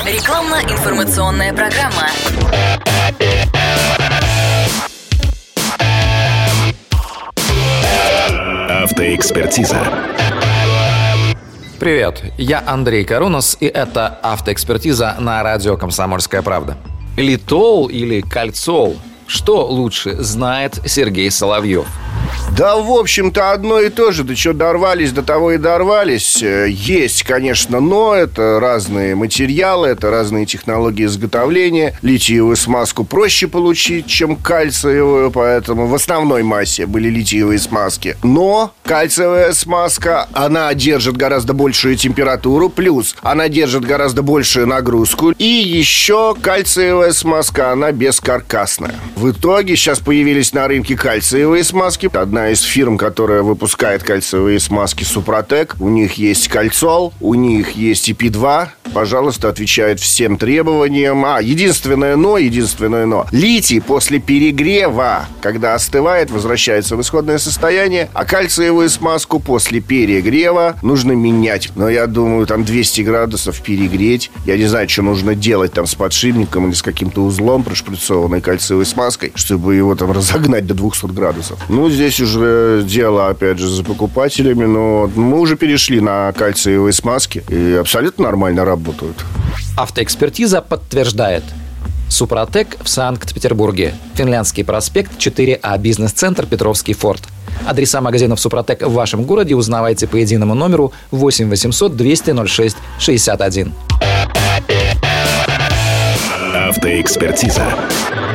Рекламно-информационная программа. Автоэкспертиза. Привет, я Андрей Карунос, и это «Автоэкспертиза» на радио «Комсомольская правда». Литол или кальцол? Что лучше, знает Сергей Соловьев. Да, в общем-то, одно и то же. До чего дорвались, до того и дорвались. Есть, конечно, но это разные материалы, это разные технологии изготовления. Литиевую смазку проще получить, чем кальциевую, поэтому в основной массе были литиевые смазки. Но кальциевая смазка, она держит гораздо большую температуру, плюс она держит гораздо большую нагрузку. И еще кальциевая смазка, она бескаркасная. В итоге сейчас появились на рынке кальциевые смазки. Одна из фирм, которая выпускает кальциевые смазки, Супротек. У них есть кальцол, у них есть EP2. Пожалуйста, отвечает всем требованиям. Единственное но. Литий после перегрева, когда остывает, возвращается в исходное состояние. А кальциевую смазку после перегрева нужно менять. Но я думаю, там 200 градусов перегреть. Я не знаю, что нужно делать там с подшипником или с каким-то узлом, прошприцованной кальциевой смазкой, чтобы его там разогнать до 200 градусов. Здесь уже дело, опять же, за покупателями. Но мы уже перешли на кальциевые смазки и абсолютно нормально работают. Автоэкспертиза подтверждает. Супротек в Санкт-Петербурге. Финляндский проспект, 4А, бизнес-центр Петровский форт. Адреса магазинов Супротек в вашем городе узнавайте по единому номеру 8 800 200 06 61. Автоэкспертиза.